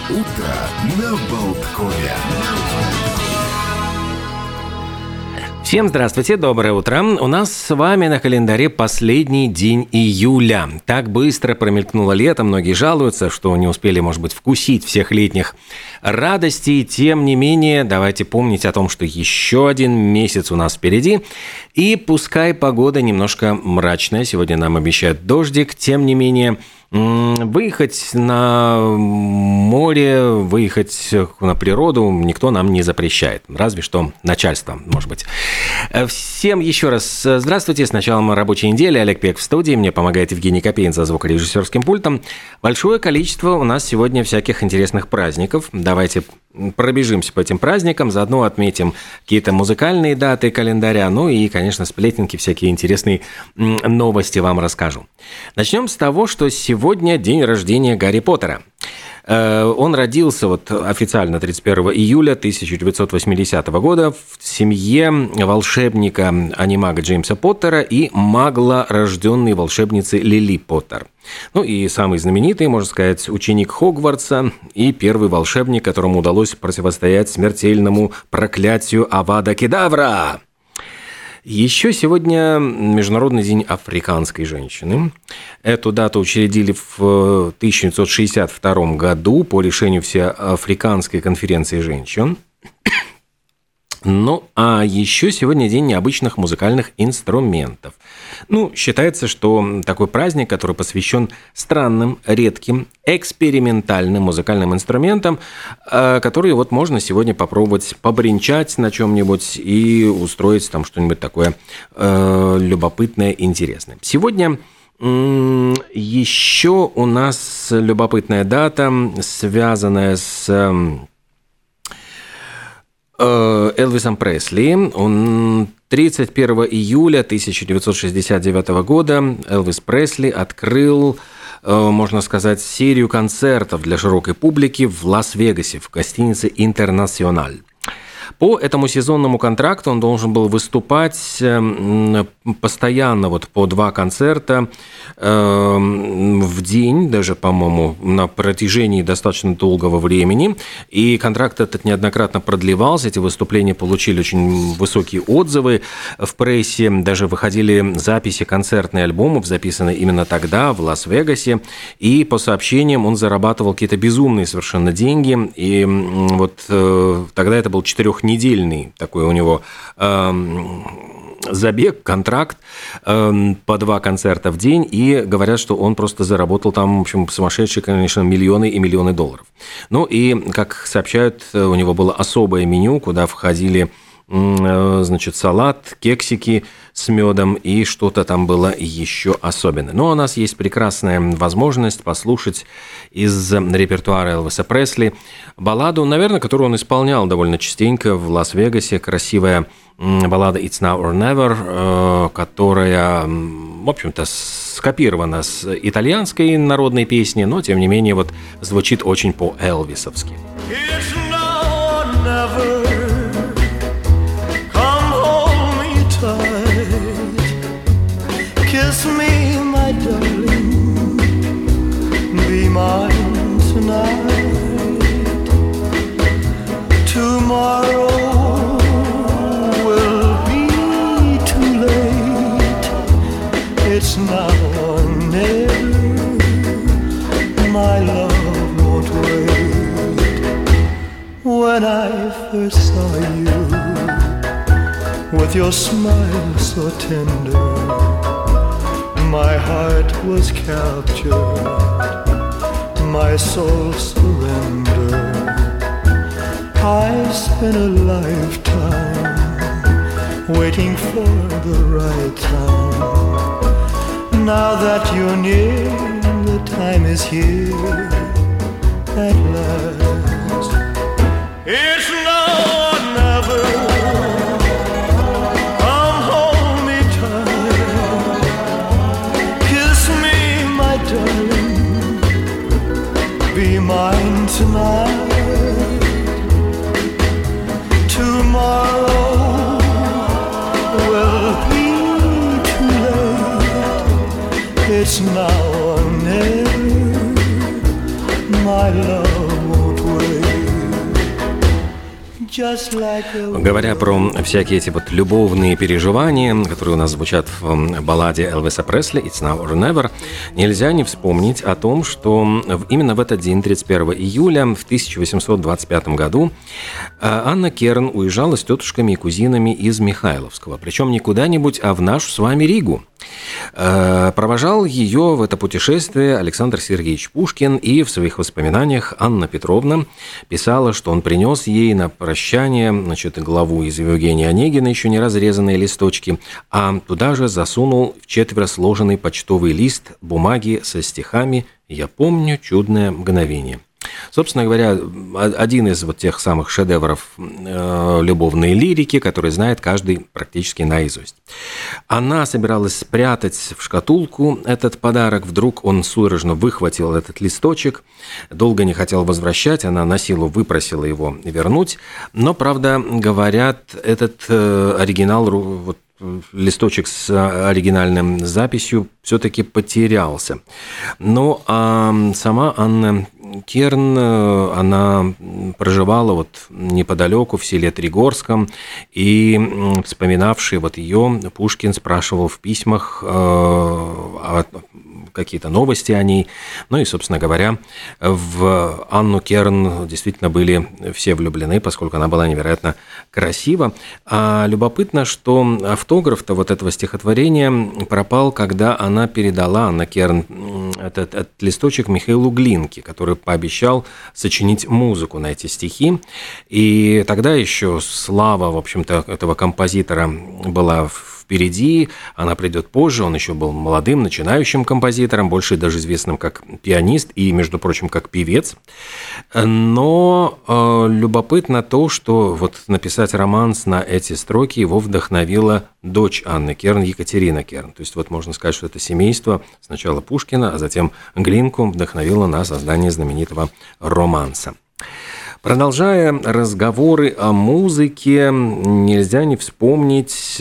Утро на Болткове. Всем здравствуйте, доброе утро. У нас с вами на календаре последний день июля. Так быстро промелькнуло лето, многие жалуются, что не успели, может быть, вкусить всех летних радостей. Тем не менее, давайте помнить о том, что еще один месяц у нас впереди. И пускай погода немножко мрачная, сегодня нам обещают дождик, тем не менее, выехать на море, выехать на природу никто нам не запрещает. Разве что начальство, может быть. Всем еще раз здравствуйте. С началом рабочей недели. Олег Пек в студии. Мне помогает Евгений Копейн за звукорежиссерским пультом. Большое количество у нас сегодня всяких интересных праздников. Давайте пробежимся по этим праздникам, заодно отметим какие-то музыкальные даты календаря, ну и, конечно, сплетненьки, всякие интересные новости вам расскажу. Начнем с того, что сегодня день рождения Гарри Поттера. Он родился официально 31 июля 1980 года в семье волшебника-анимага Джеймса Поттера и магла-рожденной волшебницы Лили Поттер. Ну и самый знаменитый, можно сказать, ученик Хогвартса и первый волшебник, которому удалось противостоять смертельному проклятию Авада Кедавра. Еще сегодня Международный день африканской женщины. Эту дату учредили в 1962 году по решению Всеафриканской конференции женщин. Ну, а еще сегодня день необычных музыкальных инструментов. Считается, что такой праздник, который посвящен странным, редким, экспериментальным музыкальным инструментам, которые можно сегодня попробовать побренчать на чем-нибудь и устроить там что-нибудь такое любопытное, интересное. Сегодня еще у нас любопытная дата, связанная с Элвисом Пресли. Он 31 июля 1969 года Элвис Пресли открыл, можно сказать, серию концертов для широкой публики в Лас-Вегасе в гостинице «Интернациональ». По этому сезонному контракту он должен был выступать постоянно по 2 концерта в день, даже, по-моему, на протяжении достаточно долгого времени. И контракт этот неоднократно продлевался, эти выступления получили очень высокие отзывы в прессе, даже выходили записи концертных альбомов, записанные именно тогда в Лас-Вегасе. И по сообщениям он зарабатывал какие-то безумные совершенно деньги. И тогда это был 4-недельный такой у него забег, контракт, по 2 концерта в день, и говорят, что он просто заработал там, в общем, сумасшедшие, конечно, миллионы и миллионы долларов. Ну и, как сообщают, у него было особое меню, куда входили, салат, кексики с медом и что-то там было еще особенное. Но у нас есть прекрасная возможность послушать из репертуара Элвиса Пресли балладу, наверное, которую он исполнял довольно частенько в Лас-Вегасе. Красивая баллада «It's Now or Never», которая, в общем-то, скопирована с итальянской народной песни, но, тем не менее, звучит очень по-элвисовски. It's now or never. Kiss me, my darling, be mine tonight. Tomorrow will be too late. It's now or never. My love won't wait. When I first saw you, with your smile so tender, my heart was captured, my soul surrendered. I spent a lifetime waiting for the right time. Now that you're near, the time is here at last. It's now or never. Be mine tonight. Tomorrow will be too late. It's now or never. My love won't Говоря про всякие эти вот любовные переживания, которые у нас звучат в балладе Элвиса Пресли «It's Now or Never», нельзя не вспомнить о том, что именно в этот день, 31 июля в 1825 году, Анна Керн уезжала с тетушками и кузинами из Михайловского. Причем не куда-нибудь, а в нашу с вами Ригу. Провожал ее в это путешествие Александр Сергеевич Пушкин, и в своих воспоминаниях Анна Петровна писала, что он принес ей на прощание, главу из Евгения Онегина, еще не разрезанные листочки, а туда же засунул в четверо сложенный почтовый лист бумаги со стихами «Я помню чудное мгновение». Собственно говоря, один из вот тех самых шедевров любовной лирики, который знает каждый практически наизусть. Она собиралась спрятать в шкатулку этот подарок. Вдруг он судорожно выхватил этот листочек, долго не хотел возвращать, она на силу выпросила его вернуть. Но, правда, говорят, этот оригинал, вот, листочек с оригинальной записью все-таки потерялся. Но сама Анна Керн, она проживала вот неподалеку в селе Тригорском, и вспоминавший вот ее Пушкин спрашивал в письмах какие-то новости о ней. Ну и, собственно говоря, в Анну Керн действительно были все влюблены, поскольку она была невероятно красива. А любопытно, что автограф-то вот этого стихотворения пропал, когда она передала, Анна Керн, этот листочек Михаилу Глинке, который пообещал сочинить музыку на эти стихи. И тогда еще слава, в общем-то, этого композитора была впереди, она придет позже, он еще был молодым, начинающим композитором, больше даже известным как пианист и, между прочим, как певец. Но любопытно то, что вот написать романс на эти строки его вдохновила дочь Анны Керн, Екатерина Керн. То есть вот можно сказать, что это семейство сначала Пушкина, а затем Глинку вдохновило на создание знаменитого романса. Продолжая разговоры о музыке, нельзя не вспомнить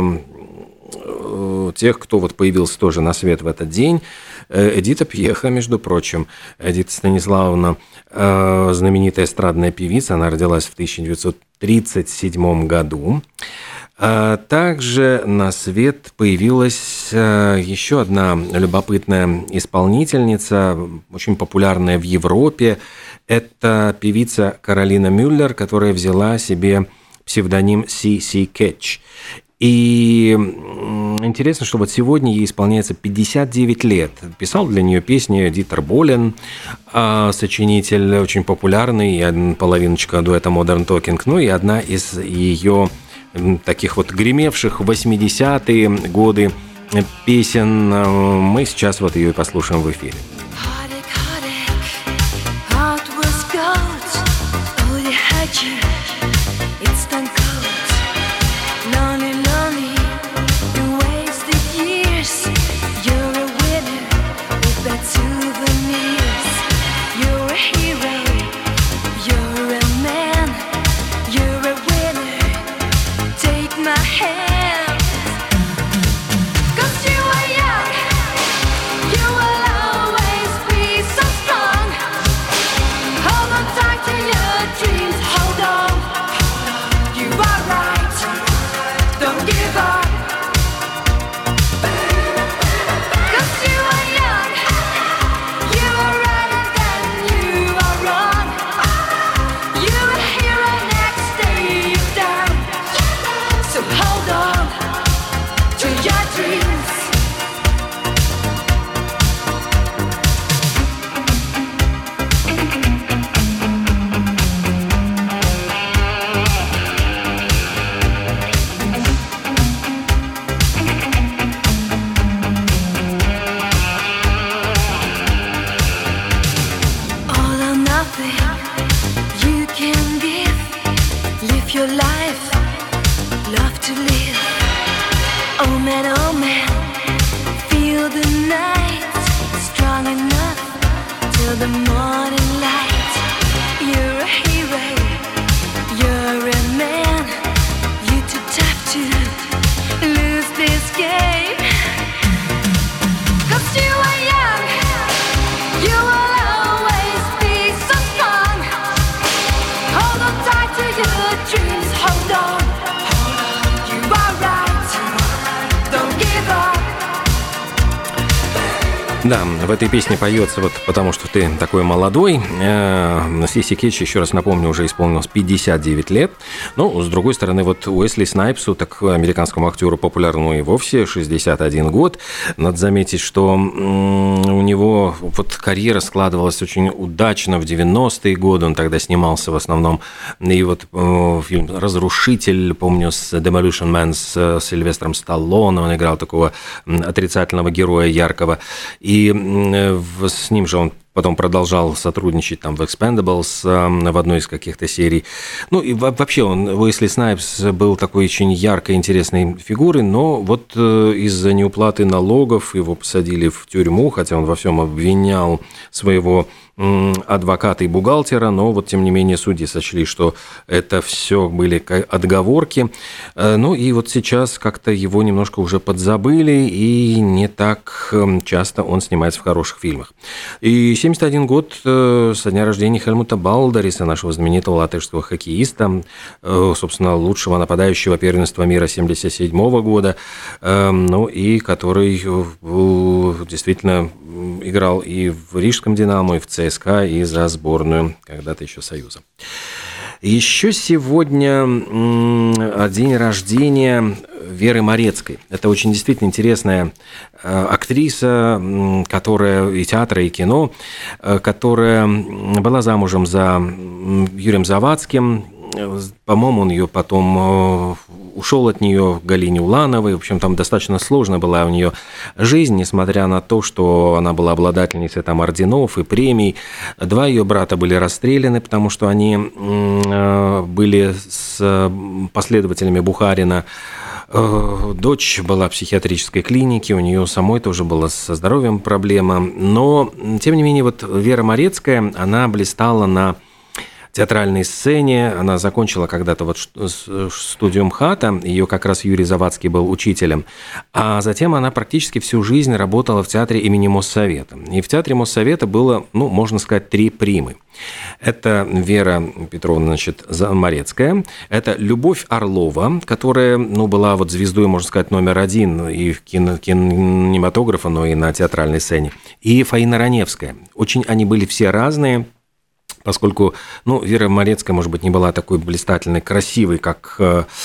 тех, кто вот появился тоже на свет в этот день. Эдита Пьеха, между прочим. Эдита Станиславовна, знаменитая эстрадная певица, она родилась в 1937 году. Также на свет появилась еще одна любопытная исполнительница, очень популярная в Европе. Это певица Каролина Мюллер, которая взяла себе псевдоним Си Кетч. И интересно, что вот сегодня ей исполняется 59 лет. Писал для нее песни Дитер Болен, сочинитель очень популярный, и половиночка дуэта Modern Talking, ну и одна из ее таких вот гремевших в 80-е годы песен. Мы сейчас вот ее и послушаем в эфире. Hold on tight to your Да, в этой песне поется вот потому, что ты такой молодой. Сиси Кетч, еще раз напомню, уже исполнилось 59 лет. Но, с другой стороны, вот Уэсли Снайпсу, так американскому актеру популярному и вовсе 61 год. Надо заметить, что у него вот карьера складывалась очень удачно в 90-е годы. Он тогда снимался в основном. И вот фильм «Разрушитель», помню, с Demolition Man, с Сильвестром Сталлоне. Он играл такого отрицательного героя, яркого. И с ним же он потом продолжал сотрудничать там в «Expendables», в одной из каких-то серий. Ну и вообще Уэсли Снайпс был такой очень яркой, интересной фигурой, но вот из-за неуплаты налогов его посадили в тюрьму, хотя он во всем обвинял своего адвоката и бухгалтера, но вот тем не менее судьи сочли, что это все были отговорки. Ну и вот сейчас как-то его немножко уже подзабыли, и не так часто он снимается в хороших фильмах. И 71 год со дня рождения Хельмута Балдариса, нашего знаменитого латышского хоккеиста, собственно, лучшего нападающего первенства мира 1977 года, ну и который действительно играл и в Рижском «Динамо», и в ЦСКА, и за сборную когда-то еще Союза. Еще сегодня день рождения Веры Морецкой. Это очень действительно интересная актриса, которая и театра, и кино, которая была замужем за Юрием Завадским. По-моему, он ее потом ушел от нее к Галине Улановой. В общем, там достаточно сложная была у нее жизнь, несмотря на то, что она была обладательницей там орденов и премий. Два ее брата были расстреляны, потому что они были с последователями Бухарина. Дочь была в психиатрической клинике, у нее самой тоже была со здоровьем проблема. Но, тем не менее, вот Вера Морецкая, она блистала на театральной сцене. Она закончила когда-то вот студию МХАТа, ее как раз Юрий Завадский был учителем, а затем она практически всю жизнь работала в театре имени Моссовета. И в театре Моссовета было, ну, можно сказать, три примы. Это Вера Петровна, значит, Морецкая, это Любовь Орлова, которая, ну, была вот звездой, можно сказать, номер один и в кинематографа, но и на театральной сцене, и Фаина Раневская. Очень они были все разные, поскольку, ну, Вера Морецкая, может быть, не была такой блистательной, красивой, как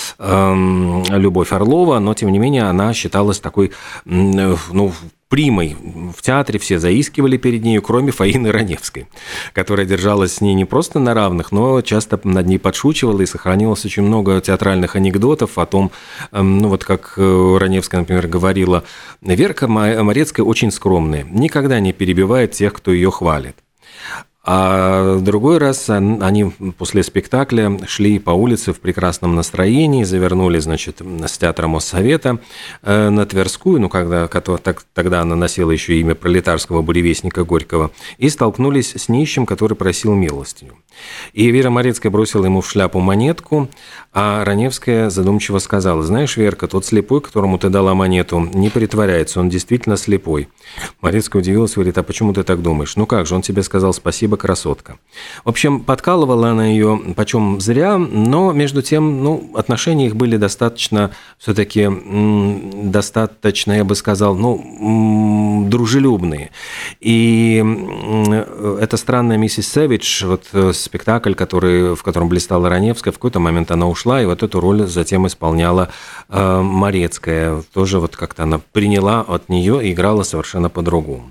Любовь Орлова, но, тем не менее, она считалась такой, ну, примой. В театре все заискивали перед нею, кроме Фаины Раневской, которая держалась с ней не просто на равных, но часто над ней подшучивала, и сохранилось очень много театральных анекдотов о том, ну, вот как Раневская, например, говорила: «Верка Морецкая очень скромная, никогда не перебивает тех, кто ее хвалит». А в другой раз они после спектакля шли по улице в прекрасном настроении, завернули, значит, с театра Моссовета на Тверскую, ну, тогда она носила еще имя пролетарского буревестника Горького, и столкнулись с нищим, который просил милостыню. И Вера Морецкая бросила ему в шляпу монетку, а Раневская задумчиво сказала: «Знаешь, Верка, тот слепой, которому ты дала монету, не притворяется, он действительно слепой». Морецкая удивилась, говорит: «А почему ты так думаешь? Ну как же, он тебе сказал спасибо, красотка». В общем, подкалывала она ее почем зря, но между тем, ну, отношения их были достаточно, все-таки достаточно, я бы сказал, ну, дружелюбные. И эта странная миссис Сэвидж, вот спектакль, в котором блистала Раневская, в какой-то момент она ушла, и вот эту роль затем исполняла Морецкая. Тоже вот как-то она приняла от нее и играла совершенно по-другому.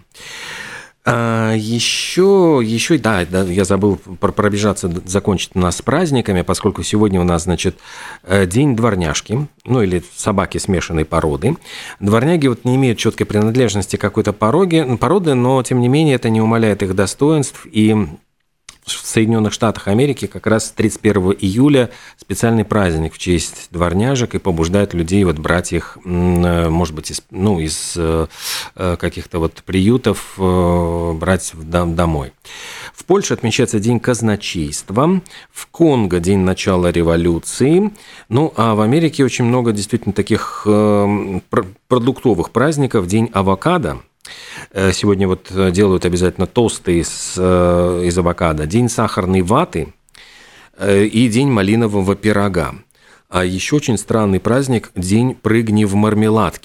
Еще, да, я забыл пробежаться, закончить у нас с праздниками, поскольку сегодня у нас, значит, день дворняжки, ну, или собаки смешанной породы. Дворняги вот не имеют четкой принадлежности к какой-то породы, но, тем не менее, это не умаляет их достоинств, и в Соединенных Штатах Америки как раз 31 июля специальный праздник в честь дворняжек, и побуждает людей вот брать их, может быть, из каких-то вот приютов, брать домой. В Польше отмечается День казначейства, в Конго День начала революции, ну а в Америке очень много действительно таких продуктовых праздников. День авокадо. Сегодня вот делают обязательно тосты из авокадо. День сахарной ваты и День малинового пирога. А еще очень странный праздник – День прыгни в мармеладке.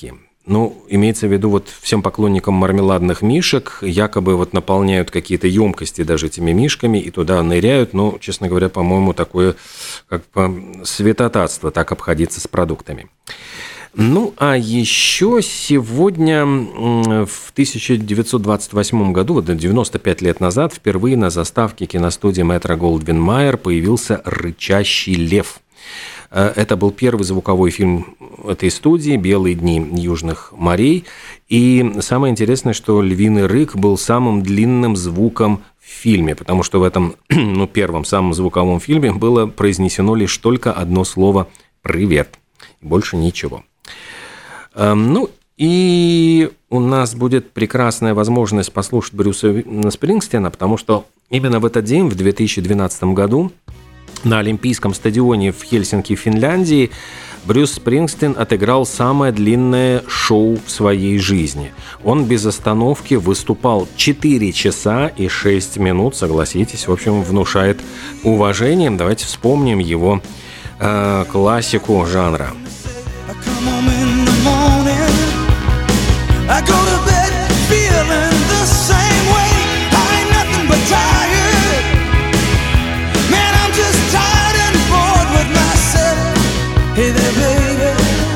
Ну, имеется в виду, вот всем поклонникам мармеладных мишек якобы вот наполняют какие-то емкости даже этими мишками и туда ныряют. Ну, честно говоря, по-моему, такое как бы святотатство, так обходиться с продуктами. Ну, а еще сегодня, в 1928 году, вот 95 лет назад, впервые на заставке киностудии Метро-Голдвин-Майер появился «Рычащий лев». Это был первый звуковой фильм этой студии «Белые дни южных морей». И самое интересное, что львиный рык был самым длинным звуком в фильме, потому что в этом, первом самом звуковом фильме было произнесено лишь только одно слово «привет». Больше ничего. Ну, и у нас будет прекрасная возможность послушать Брюса Спрингстина, потому что именно в этот день, в 2012 году, на Олимпийском стадионе в Хельсинки, Финляндии, Брюс Спрингстин отыграл самое длинное шоу в своей жизни. Он без остановки выступал 4 часа и 6 минут, согласитесь, в общем, внушает уважение. Давайте вспомним его классику жанра. I go to bed feeling the same way. I ain't nothing but tired. Man, I'm just tired and bored with myself. Hey there, baby,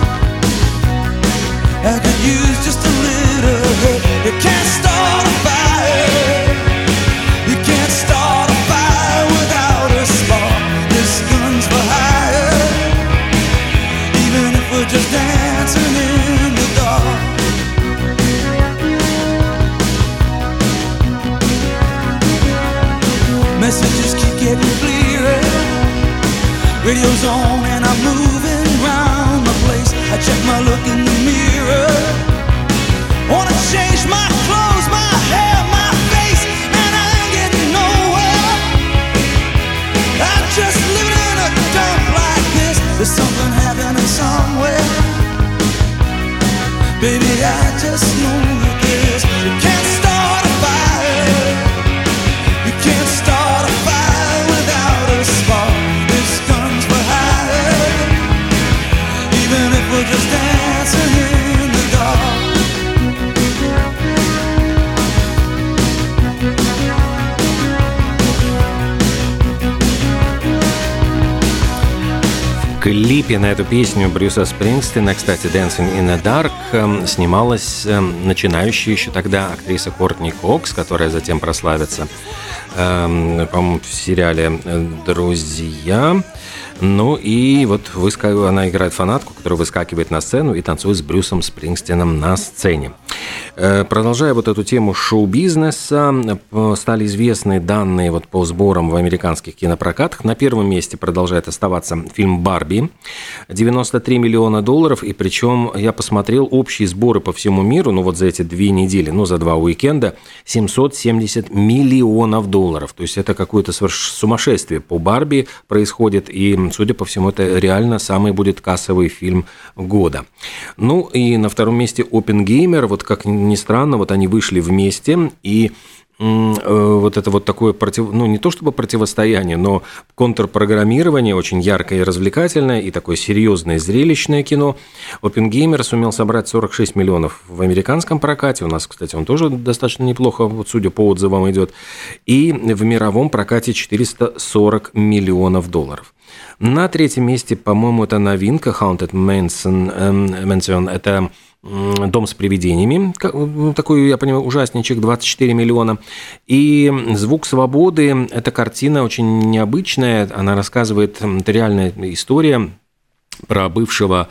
I could use just a little help. You can't start a fire. You can't start a fire without a spark. This gun's for hire. Even if we're just dancing in the dark. Messages keep getting clearer. Radio's on and I'm moving around the place. I check my look in the mirror. Wanna change my clothes, my hair, my face, and I ain't getting nowhere. I'm just living in a dump like this. There's something happening somewhere. Baby, I just know that this. You can't start a fire. You can't start a fire without a spark. This gun's for hire. Even if we're just dancing in the dark. В клипе на эту песню Брюса Спрингстина, кстати, «Dancing in the Dark», снималась начинающая еще тогда актриса Кортни Кокс, которая затем прославится, по-моему, в сериале «Друзья». Ну и вот она играет фанатку, которая выскакивает на сцену и танцует с Брюсом Спрингстином на сцене. Продолжая вот эту тему шоу-бизнеса, стали известны данные вот по сборам в американских кинопрокатах. На первом месте продолжает оставаться фильм «Барби». 93 миллиона долларов, и причем я посмотрел общие сборы по всему миру, ну вот за эти 2 недели, за 2 уикенда, 770 миллионов долларов. То есть это какое-то сумасшествие по «Барби» происходит, и, судя по всему, это реально самый будет кассовый фильм года. Ну и на втором месте «Оппенгеймер». Вот как ни странно, вот они вышли вместе, и вот это вот такое, не то чтобы противостояние, но контрпрограммирование очень яркое и развлекательное, и такое серьезное зрелищное кино. «Оппенгеймер» сумел собрать 46 миллионов в американском прокате, у нас, кстати, он тоже достаточно неплохо, вот судя по отзывам, идет, и в мировом прокате 440 миллионов долларов. На третьем месте, по-моему, это новинка «Haunted Mansion», это «Дом с привидениями», такой, я понимаю, ужасничек, 24 миллиона. И «Звук свободы» – это картина очень необычная, она рассказывает, это реальная история про бывшего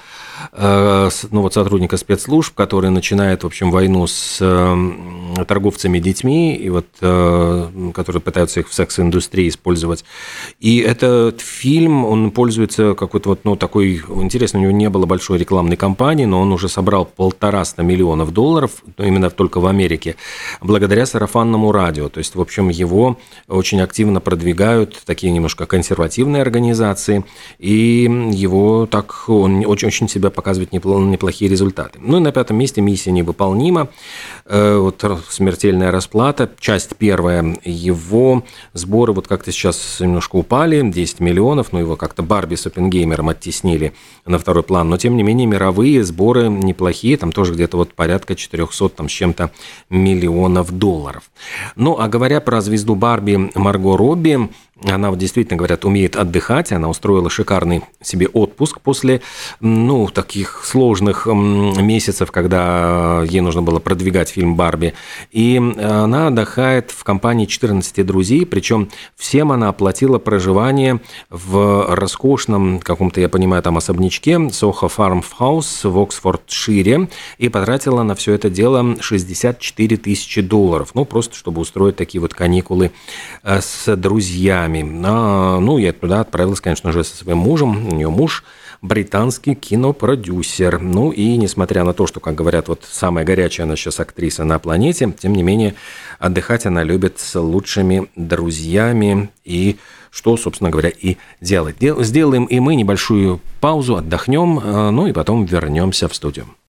сотрудника спецслужб, который начинает, в общем, войну с торговцами детьми, и вот, которые пытаются их в секс-индустрии использовать. И этот фильм, он пользуется какой-то такой, интересно, у него не было большой рекламной кампании, но он уже собрал 150 миллионов долларов, именно только в Америке, благодаря сарафанному радио. То есть, в общем, его очень активно продвигают такие немножко консервативные организации, и его так, он очень себя уже показывает неплохие результаты. Ну и на 5-м месте «Миссия невыполнима». Вот «Смертельная расплата». Часть первая. Его сборы вот как-то сейчас немножко упали, 10 миллионов, но его как-то Барби с Оппенгеймером оттеснили на второй план. Но, тем не менее, мировые сборы неплохие, там тоже где-то вот порядка 400 там, с чем-то миллионов долларов. Ну, а говоря про звезду Барби Марго Робби, она, действительно, говорят, умеет отдыхать. Она устроила шикарный себе отпуск после, таких сложных месяцев, когда ей нужно было продвигать фильм «Барби». И она отдыхает в компании 14 друзей, причем всем она оплатила проживание в роскошном каком-то, я понимаю, там особнячке Soho Farm House в Оксфордшире и потратила на все это дело $64 тысячи. Просто чтобы устроить такие вот каникулы с друзьями. Я туда отправилась, конечно же, со своим мужем. У нее муж британский кинопродюсер. Ну и несмотря на то, что, как говорят, вот самая горячая она сейчас актриса на планете, тем не менее отдыхать она любит с лучшими друзьями. И что, собственно говоря, и делать. Сделаем и мы небольшую паузу, отдохнем, и потом вернемся в студию.